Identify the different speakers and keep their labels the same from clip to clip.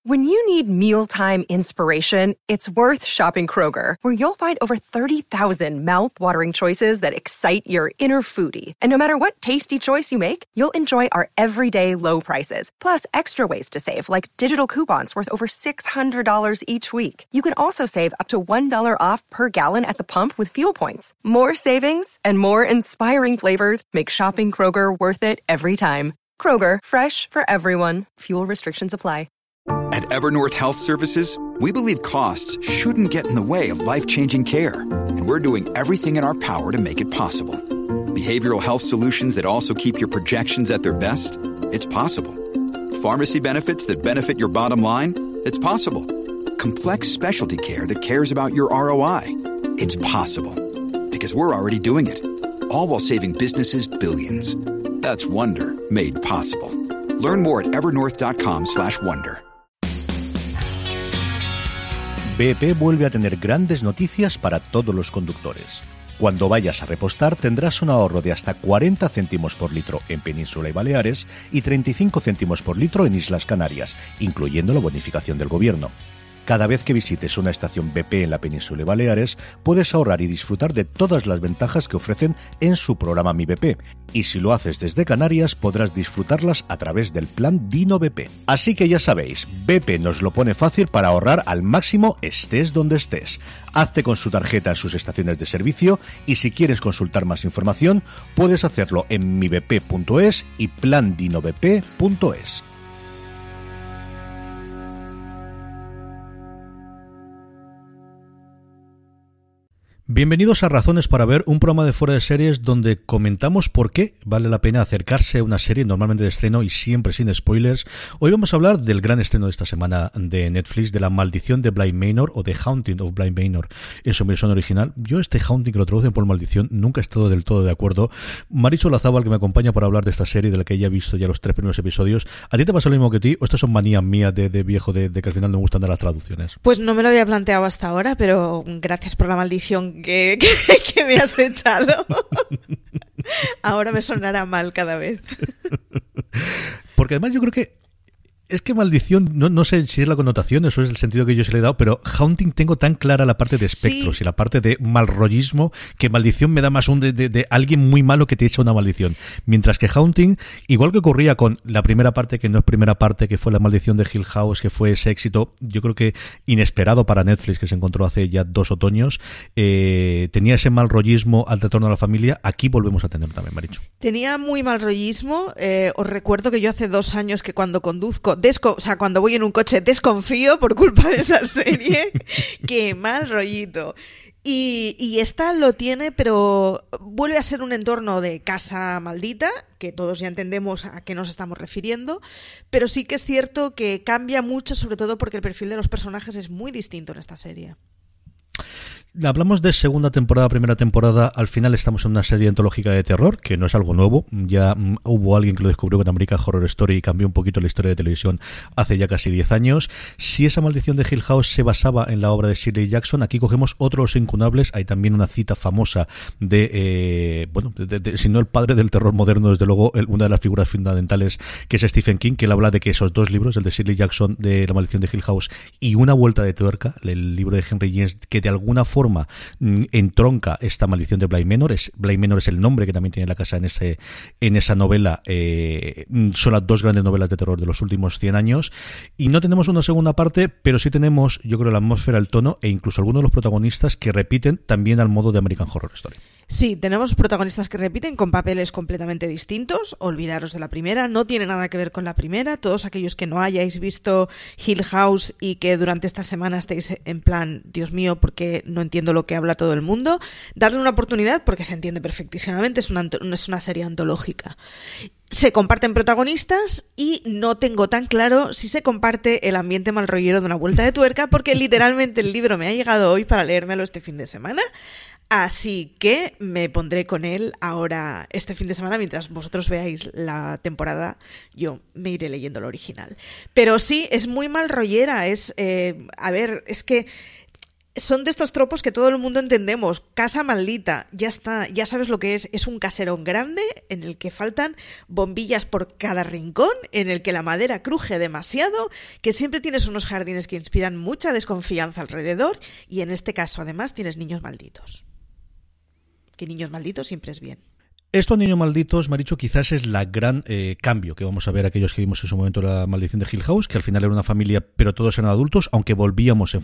Speaker 1: When you need mealtime inspiration, it's worth shopping Kroger, where you'll find over 30,000 mouth-watering choices that excite your inner foodie. And no matter what tasty choice you make, you'll enjoy our everyday low prices, plus extra ways to save, like digital coupons worth over $600 each week. You can also save up to $1 off per gallon at the pump with fuel points. More savings and more inspiring flavors make shopping Kroger worth it every time. Kroger, fresh for everyone. Fuel restrictions apply.
Speaker 2: At Evernorth Health Services, we believe costs shouldn't get in the way of life-changing care, and we're doing everything in our power to make it possible. Behavioral health solutions that also keep your projections at their best? It's possible. Pharmacy benefits that benefit your bottom line? It's possible. Complex specialty care that cares about your ROI? It's possible. Because we're already doing it. All while saving businesses billions. That's Wonder made possible. Learn more at evernorth.com/wonder.
Speaker 3: BP vuelve a tener grandes noticias para todos los conductores. Cuando vayas a repostar tendrás un ahorro de hasta 40 céntimos por litro en Península y Baleares y 35 céntimos por litro en Islas Canarias, incluyendo la bonificación del gobierno. Cada vez que visites una estación BP en la Península y Baleares, puedes ahorrar y disfrutar de todas las ventajas que ofrecen en su programa Mi BP. Y si lo haces desde Canarias, podrás disfrutarlas a través del plan Dino BP. Así que ya sabéis, BP nos lo pone fácil para ahorrar al máximo estés donde estés. Hazte con su tarjeta en sus estaciones de servicio y si quieres consultar más información, puedes hacerlo en mibp.es y plandinobp.es. Bienvenidos a Razones para Ver, un programa de Fuera de Series donde comentamos por qué vale la pena acercarse a una serie normalmente de estreno y siempre sin spoilers. Hoy vamos a hablar del gran estreno de esta semana de Netflix, de La Maldición de Bly Manor o The Haunting of Bly Manor en su versión original. Yo Haunting, que lo traducen por maldición, nunca he estado del todo de acuerdo. Marichu Olazábal, que me acompaña para hablar de esta serie, de la que ya he visto ya los 3 primeros episodios. ¿A ti te pasa lo mismo que a ti o estas son manías mías de viejo de que al final no me gustan de las traducciones?
Speaker 4: Pues no me lo había planteado hasta ahora, pero gracias por la maldición que me has echado. Ahora me sonará mal cada vez.
Speaker 3: Porque además yo creo que es que maldición, no sé si es la connotación, eso es el sentido que yo se le he dado, pero Haunting tengo tan clara la parte de espectros y la parte de malrollismo, que maldición me da más un de alguien muy malo que te echa una maldición. Mientras que Haunting, igual que ocurría con la primera parte, que no es primera parte, que fue La Maldición de Hill House, que fue ese éxito, yo creo que inesperado para Netflix, que se encontró hace ya 2 otoños, tenía ese malrollismo al retorno a la familia. Aquí volvemos a tener también, Marichu.
Speaker 4: Tenía muy malrollismo. Os recuerdo que yo hace 2 años que cuando conduzco, cuando voy en un coche desconfío por culpa de esa serie. Qué mal rollito. Y esta lo tiene, pero vuelve a ser un entorno de casa maldita, que todos ya entendemos a qué nos estamos refiriendo, pero sí que es cierto que cambia mucho, sobre todo porque el perfil de los personajes es muy distinto en esta serie.
Speaker 3: Hablamos de segunda temporada, primera temporada. Al final estamos en una serie antológica de terror, que no es algo nuevo. Ya hubo alguien que lo descubrió con American Horror Story y cambió un poquito la historia de televisión hace ya casi 10 años. Si esa Maldición de Hill House se basaba en la obra de Shirley Jackson, aquí cogemos otros incunables. Hay también una cita famosa de si no el padre del terror moderno, desde luego una de las figuras fundamentales, que es Stephen King, que él habla de que esos 2 libros, el de Shirley Jackson de La Maldición de Hill House y Una vuelta de tuerca, el libro de Henry James, que de alguna forma entronca esta Maldición de Bly Manor. Bly Manor es el nombre que también tiene la casa en esa novela. Son las 2 grandes novelas de terror de los últimos 100 años. Y no tenemos una segunda parte, pero sí tenemos, yo creo, la atmósfera, el tono e incluso algunos de los protagonistas que repiten también al modo de American Horror Story.
Speaker 4: Sí, tenemos protagonistas que repiten con papeles completamente distintos. Olvidaros de la primera, no tiene nada que ver con la primera. Todos aquellos que no hayáis visto Hill House y que durante esta semana estéis en plan, Dios mío, porque no entiendo lo que habla todo el mundo, dadle una oportunidad porque se entiende perfectísimamente, es una serie antológica. Se comparten protagonistas y no tengo tan claro si se comparte el ambiente malrollero de Una vuelta de tuerca, porque literalmente el libro me ha llegado hoy para leérmelo este fin de semana. Así que me pondré con él ahora este fin de semana. Mientras vosotros veáis la temporada, yo me iré leyendo el original. Pero sí, es muy mal rollera. Es que Son de estos tropos que todo el mundo entendemos. Casa maldita, ya está, ya sabes lo que es. Es un caserón grande en el que faltan bombillas por cada rincón, en el que la madera cruje demasiado, que siempre tienes unos jardines que inspiran mucha desconfianza alrededor y en este caso además tienes niños malditos. Que niños malditos siempre es bien.
Speaker 3: Estos niños malditos, Marichu, quizás es la gran cambio que vamos a ver aquellos que vimos en su momento la maldición de Hill House, que al final era una familia, pero todos eran adultos, aunque volvíamos en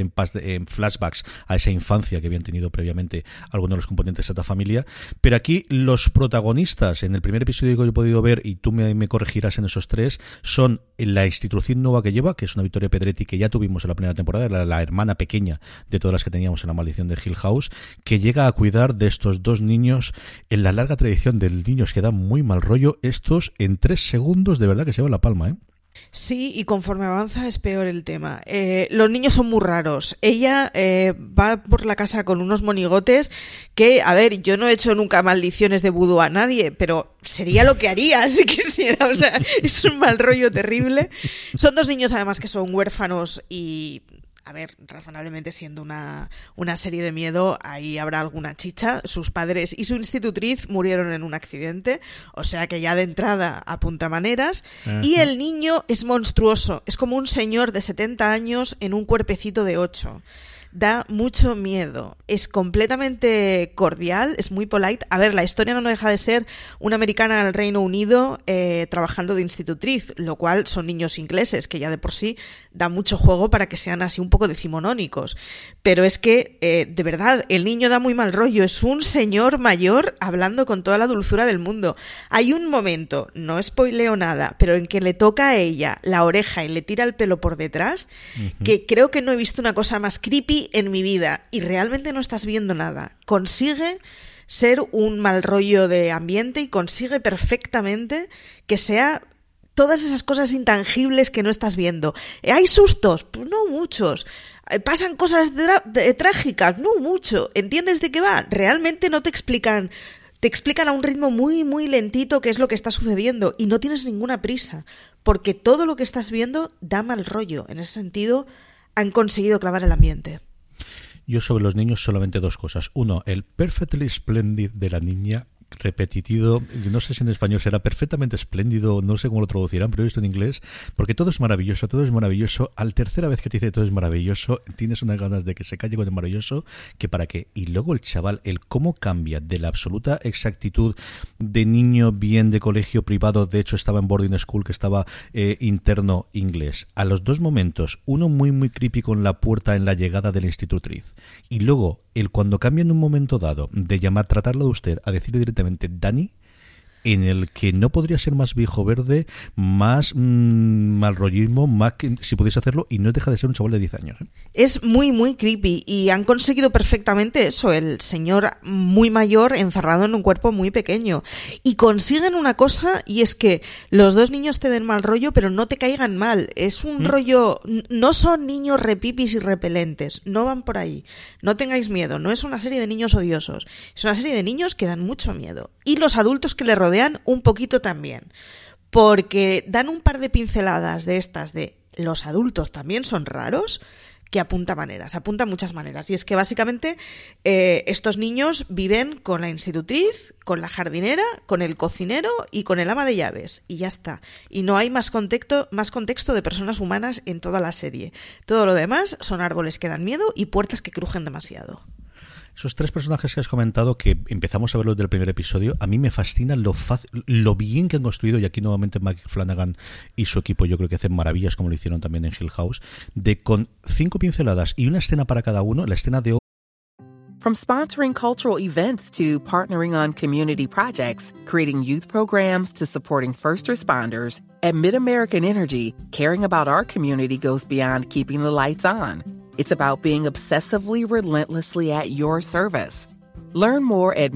Speaker 3: flashbacks a esa infancia que habían tenido previamente algunos de los componentes de esta familia. Pero aquí los protagonistas, en el primer episodio que yo he podido ver, y tú me corregirás en esos tres, son la institución nueva que lleva, que es una Victoria Pedretti que ya tuvimos en la primera temporada, la hermana pequeña de todas las que teníamos en la maldición de Hill House, que llega a cuidar de estos dos niños en la larga tradición de niños que dan muy mal rollo. Estos en 3 segundos de verdad que se van la palma, ¿eh?
Speaker 4: Sí, y conforme avanza es peor el tema. Los niños son muy raros. Ella va por la casa con unos monigotes que, a ver, yo no he hecho nunca maldiciones de vudú a nadie, pero sería lo que haría si quisiera. O sea, es un mal rollo terrible. Son 2 niños además que son huérfanos y... A ver, razonablemente siendo una serie de miedo, ahí habrá alguna chicha. Sus padres y su institutriz murieron en un accidente, o sea que ya de entrada apunta maneras. Uh-huh. Y el niño es monstruoso, es como un señor de 70 años en un cuerpecito de 8. Da mucho miedo, es completamente cordial, es muy polite. A ver, la historia no deja de ser una americana al Reino Unido trabajando de institutriz, lo cual son niños ingleses, que ya de por sí da mucho juego para que sean así un poco decimonónicos. Pero es que, de verdad, el niño da muy mal rollo, es un señor mayor hablando con toda la dulzura del mundo. Hay un momento, no spoileo nada, pero en que le toca a ella la oreja y le tira el pelo por detrás, uh-huh, que creo que no he visto una cosa más creepy en mi vida, y realmente no estás viendo nada. Consigue ser un mal rollo de ambiente y consigue perfectamente que sea todas esas cosas intangibles que no estás viendo. ¿Hay sustos? Pues no muchos. ¿Pasan cosas trágicas? No mucho. ¿Entiendes de qué va? Realmente no te explican. Te explican a un ritmo muy, muy lentito qué es lo que está sucediendo y no tienes ninguna prisa, porque todo lo que estás viendo da mal rollo. En ese sentido, han conseguido clavar el ambiente.
Speaker 3: Yo sobre los niños solamente 2 cosas. Uno, el perfectly splendid de la niña, repetitivo, no sé si en español será perfectamente espléndido, no sé cómo lo traducirán, pero he visto en inglés, porque todo es maravilloso, todo es maravilloso. Al tercera vez que te dice todo es maravilloso, tienes unas ganas de que se calle con el maravilloso, que para qué. Y luego el chaval, el cómo cambia de la absoluta exactitud de niño bien de colegio privado, de hecho estaba en boarding school, que estaba interno inglés, a los 2 momentos, uno muy muy creepy con la puerta en la llegada de la institutriz, y luego el cuando cambia en un momento dado de tratarlo de usted a decirle directamente Dani, en el que no podría ser más viejo verde, más mal rollismo, más que si pudiese hacerlo, y no deja de ser un chaval de 10 años.
Speaker 4: Es muy, muy creepy y han conseguido perfectamente eso, el señor muy mayor encerrado en un cuerpo muy pequeño. Y consiguen una cosa, y es que los 2 niños te den mal rollo, pero no te caigan mal. Es un rollo... No son niños repipis y repelentes, no van por ahí. No tengáis miedo, no es una serie de niños odiosos. Es una serie de niños que dan mucho miedo. Y los adultos que le rodean un poquito también, porque dan un par de pinceladas de estas de los adultos también son raros, que apunta muchas maneras. Y es que básicamente estos niños viven con la institutriz, con la jardinera, con el cocinero y con el ama de llaves, y ya está. Y no hay más contexto de personas humanas en toda la serie. Todo lo demás son árboles que dan miedo y puertas que crujen demasiado.
Speaker 3: Esos 3 personajes que has comentado, que empezamos a verlos del primer episodio, a mí me fascina lo bien que han construido, y aquí nuevamente Mike Flanagan y su equipo yo creo que hacen maravillas, como lo hicieron también en Hill House, de con 5 pinceladas y una escena para cada uno, la escena de...
Speaker 5: From sponsoring cultural events to partnering on community projects, creating youth programs to supporting first responders, at MidAmerican Energy, caring about our community goes beyond keeping the lights on. It's about being obsessively relentlessly at your service. Learn more at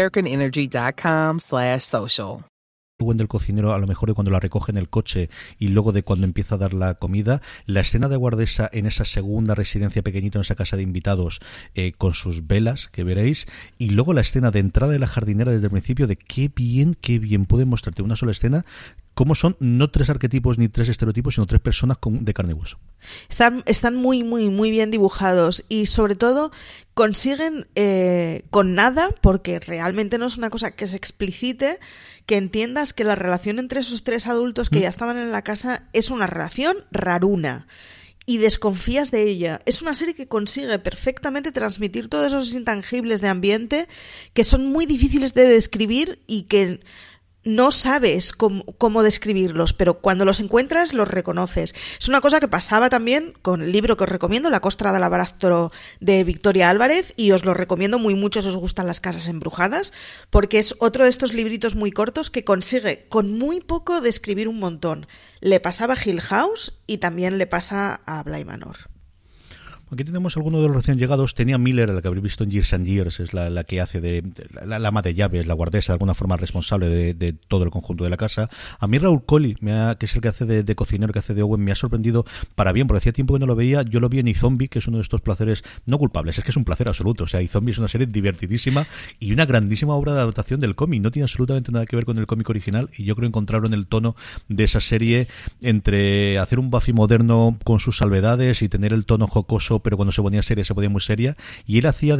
Speaker 5: midamericanenergy.com/social.
Speaker 3: Del cocinero, a lo mejor de cuando la recoge en el coche y luego de cuando empieza a dar la comida, la escena de guardesa en esa segunda residencia pequeñita, en esa casa de invitados con sus velas, que veréis, y luego la escena de entrada de la jardinera desde el principio, de qué bien puede mostrarte una sola escena cómo son no 3 arquetipos ni 3 estereotipos, sino 3 personas de carne y hueso.
Speaker 4: Están muy, muy, muy bien dibujados y sobre todo consiguen con nada, porque realmente no es una cosa que se explicite, que entiendas que la relación entre esos tres adultos que ya estaban en la casa es una relación raruna y desconfías de ella. Es una serie que consigue perfectamente transmitir todos esos intangibles de ambiente que son muy difíciles de describir y que no sabes cómo describirlos, pero cuando los encuentras los reconoces. Es una cosa que pasaba también con el libro que os recomiendo, La Costra de Labrastro, de Victoria Álvarez, y os lo recomiendo muy mucho si os gustan las casas embrujadas, porque es otro de estos libritos muy cortos que consigue con muy poco describir un montón. Le pasaba a Hill House y también le pasa a Bly Manor.
Speaker 3: Aquí tenemos algunos de los recién llegados. Tenía Miller, la que habréis visto en Years and Years, es la que hace de la ama de llaves, la guardesa, de alguna forma responsable de todo el conjunto de la casa. A mí Raúl Coley, que es el que hace de cocinero, que hace de Owen, me ha sorprendido para bien, porque hacía tiempo que no lo veía. Yo lo vi en iZombie, que es uno de estos placeres no culpables, es que es un placer absoluto. O sea, iZombie es una serie divertidísima y una grandísima obra de adaptación del cómic. No tiene absolutamente nada que ver con el cómic original y yo creo encontraron el tono de esa serie entre hacer un Buffy moderno con sus salvedades y tener el tono jocoso, pero cuando se ponía seria, se ponía muy seria, y él hacía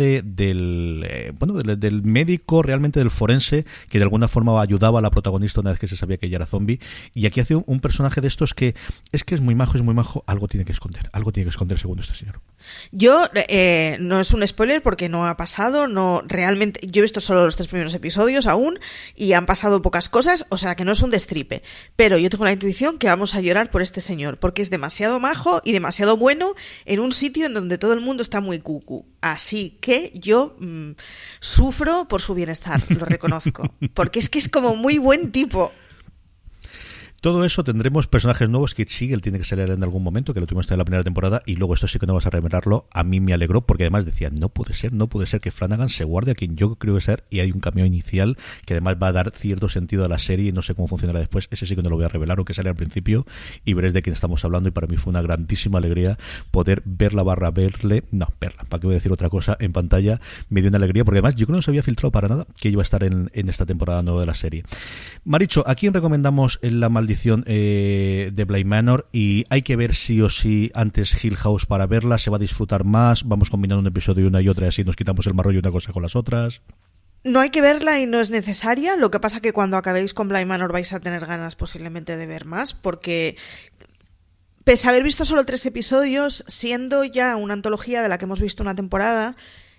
Speaker 3: del médico, realmente del forense, que de alguna forma ayudaba a la protagonista una vez que se sabía que ella era zombie, y aquí hace un personaje de estos que es muy majo, algo tiene que esconder según este señor.
Speaker 4: Yo, no es un spoiler porque no ha pasado, no realmente, yo he visto solo los 3 primeros episodios aún, y han pasado pocas cosas, o sea que no es un destripe, pero yo tengo la intuición que vamos a llorar por este señor, porque es demasiado majo y demasiado bueno en un sitio en donde todo el mundo está muy cucu. Así que yo sufro por su bienestar, lo reconozco, porque es que es como muy buen tipo.
Speaker 3: Todo eso, tendremos personajes nuevos. Kit Siegel tiene que salir en algún momento, que lo tuvimos en la primera temporada, y luego esto sí que no vas a revelarlo. A mí me alegró, porque además decía, no puede ser que Flanagan se guarde a quien yo creo que ser, y hay un cameo inicial que además va a dar cierto sentido a la serie, y no sé cómo funcionará después. Ese sí que no lo voy a revelar, o que sale al principio, y veréis de quién estamos hablando, y para mí fue una grandísima alegría poder verla, para qué voy a decir otra cosa, en pantalla. Me dio una alegría, porque además yo creo que no se había filtrado para nada que iba a estar en esta temporada nueva de la serie. Maricho, ¿a quién recomendamos La Maldición de Bly Manor? Y hay que ver sí o sí antes Hill House para verla. Se va a disfrutar más, vamos combinando un episodio y una y otra, y así nos quitamos el marrollo una cosa con las otras.
Speaker 4: No hay que verla y no es necesaria. Lo que pasa que cuando acabéis con Bly Manor vais a tener ganas posiblemente de ver más, porque pese a haber visto solo 3 episodios, siendo ya una antología de la que hemos visto una temporada,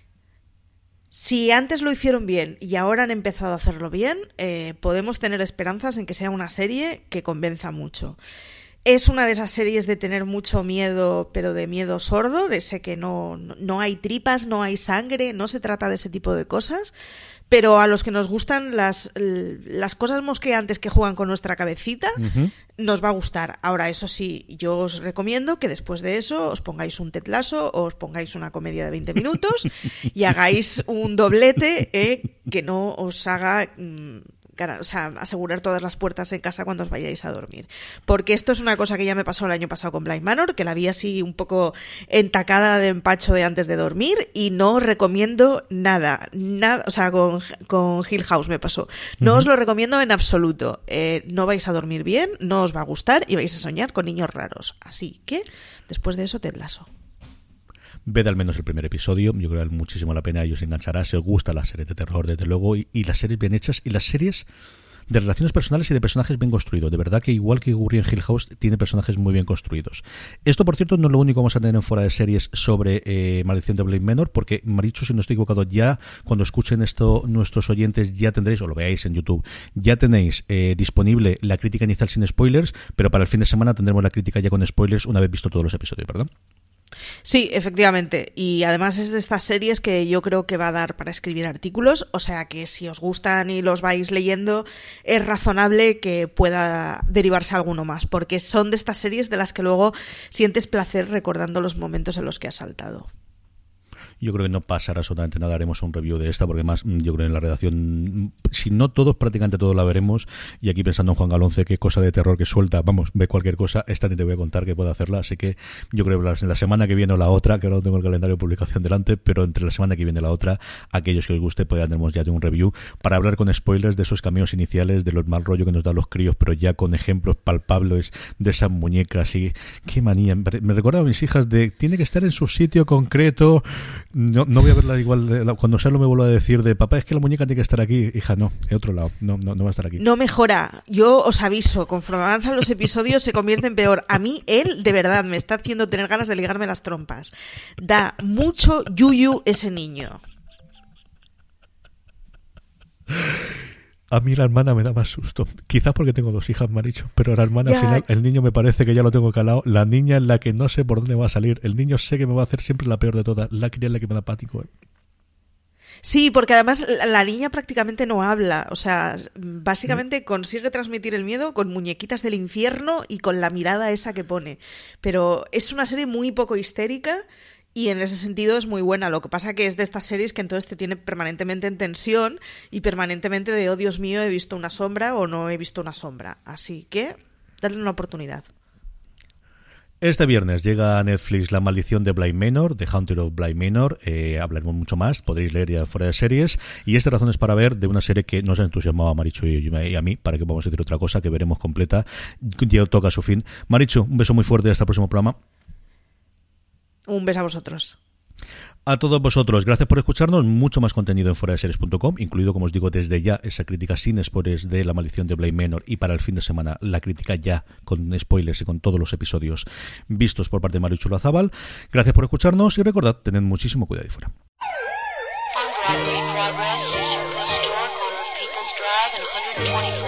Speaker 4: si antes lo hicieron bien y ahora han empezado a hacerlo bien, podemos tener esperanzas en que sea una serie que convenza mucho. Es una de esas series de tener mucho miedo, pero de miedo sordo, de ese que no hay tripas, no hay sangre, no se trata de ese tipo de cosas, pero a los que nos gustan las cosas mosqueantes que juegan con nuestra cabecita, nos va a gustar. Ahora, eso sí, yo os recomiendo que después de eso os pongáis un Ted Lasso o os pongáis una comedia de 20 minutos y hagáis un doblete que no os haga... asegurar todas las puertas en casa cuando os vayáis a dormir, porque esto es una cosa que ya me pasó el año pasado con Bly Manor, que la vi así un poco entacada de empacho de antes de dormir, y no os recomiendo nada, o sea, con Hill House me pasó, no os lo recomiendo en absoluto, no vais a dormir bien, no os va a gustar y vais a soñar con niños raros, así que después de eso Ted Lasso.
Speaker 3: Ved al menos el primer episodio, yo creo que vale muchísimo la pena, os enganchará, si os gusta la serie de terror, desde luego, y las series bien hechas, y las series de relaciones personales y de personajes bien construidos. De verdad que igual que ocurría en Hill House, tiene personajes muy bien construidos. Esto, por cierto, no es lo único que vamos a tener en fuera de series sobre Maldición de Bly Manor, porque, Marichu, si no estoy equivocado, ya cuando escuchen esto nuestros oyentes ya tendréis, o lo veáis en YouTube, ya tenéis disponible la crítica inicial sin spoilers, pero para el fin de semana tendremos la crítica ya con spoilers una vez visto todos los episodios, ¿verdad?
Speaker 4: Sí, efectivamente, y además es de estas series que yo creo que va a dar para escribir artículos, o sea que si os gustan y los vais leyendo, es razonable que pueda derivarse alguno más, porque son de estas series de las que luego sientes placer recordando los momentos en los que has saltado.
Speaker 3: Yo creo que no pasará absolutamente nada, haremos un review de esta, porque más yo creo que en la redacción, si no todos, prácticamente todos la veremos, y aquí pensando en Juan Galonce, qué cosa de terror que suelta, vamos, ve cualquier cosa, esta ni te voy a contar que puede hacerla, así que yo creo que en la semana que viene o la otra, que ahora no tengo el calendario de publicación delante, pero entre la semana que viene y la otra, aquellos que os guste, pues ya tenemos ya un review para hablar con spoilers de esos cameos iniciales, de los mal rollo que nos dan los críos, pero ya con ejemplos palpables de esas muñecas. Y qué manía, me recordaba a mis hijas de tiene que estar en su sitio concreto. No voy a verla igual cuando Salo me vuelva a decir de papá, es que la muñeca tiene que estar aquí, hija, no, en otro lado, no va a estar aquí.
Speaker 4: No mejora, yo os aviso, conforme avanzan los episodios se convierte en peor. A mí él de verdad me está haciendo tener ganas de ligarme las trompas. Da mucho yuyu ese niño.
Speaker 3: A mí la hermana me da más susto. Quizás porque tengo 2 hijas, me ha dicho. Pero la hermana al final, el niño me parece que ya lo tengo calado. La niña es la que no sé por dónde va a salir. El niño sé que me va a hacer siempre la peor de todas. La cría es la que me da pático.
Speaker 4: Sí, porque además la niña prácticamente no habla. O sea, básicamente consigue transmitir el miedo con muñequitas del infierno y con la mirada esa que pone. Pero es una serie muy poco histérica. Y en ese sentido es muy buena. Lo que pasa que es de estas series que entonces te tiene permanentemente en tensión y permanentemente de, oh Dios mío, he visto una sombra o no he visto una sombra. Así que, dale una oportunidad.
Speaker 3: Este viernes llega a Netflix La Maldición de Bly Manor, The Haunted of Bly Manor. Hablaremos mucho más, podréis leer ya fuera de series. Y esta razón es para ver de una serie que nos ha entusiasmado a Marichu y a mí, para que vamos a decir otra cosa que veremos completa. Ya toca su fin. Marichu, un beso muy fuerte hasta el próximo programa.
Speaker 4: Un beso a vosotros.
Speaker 3: A todos vosotros, gracias por escucharnos. Mucho más contenido en fueradeseries.com, incluido, como os digo, desde ya esa crítica sin spoilers de La Maldición de Bly Manor, y para el fin de semana la crítica ya con spoilers y con todos los episodios vistos por parte de Marichu Lazabal. Gracias por escucharnos y recordad, tened muchísimo cuidado ahí fuera. On Broadway, Progress is your bookstore, corner of People's Drive and 120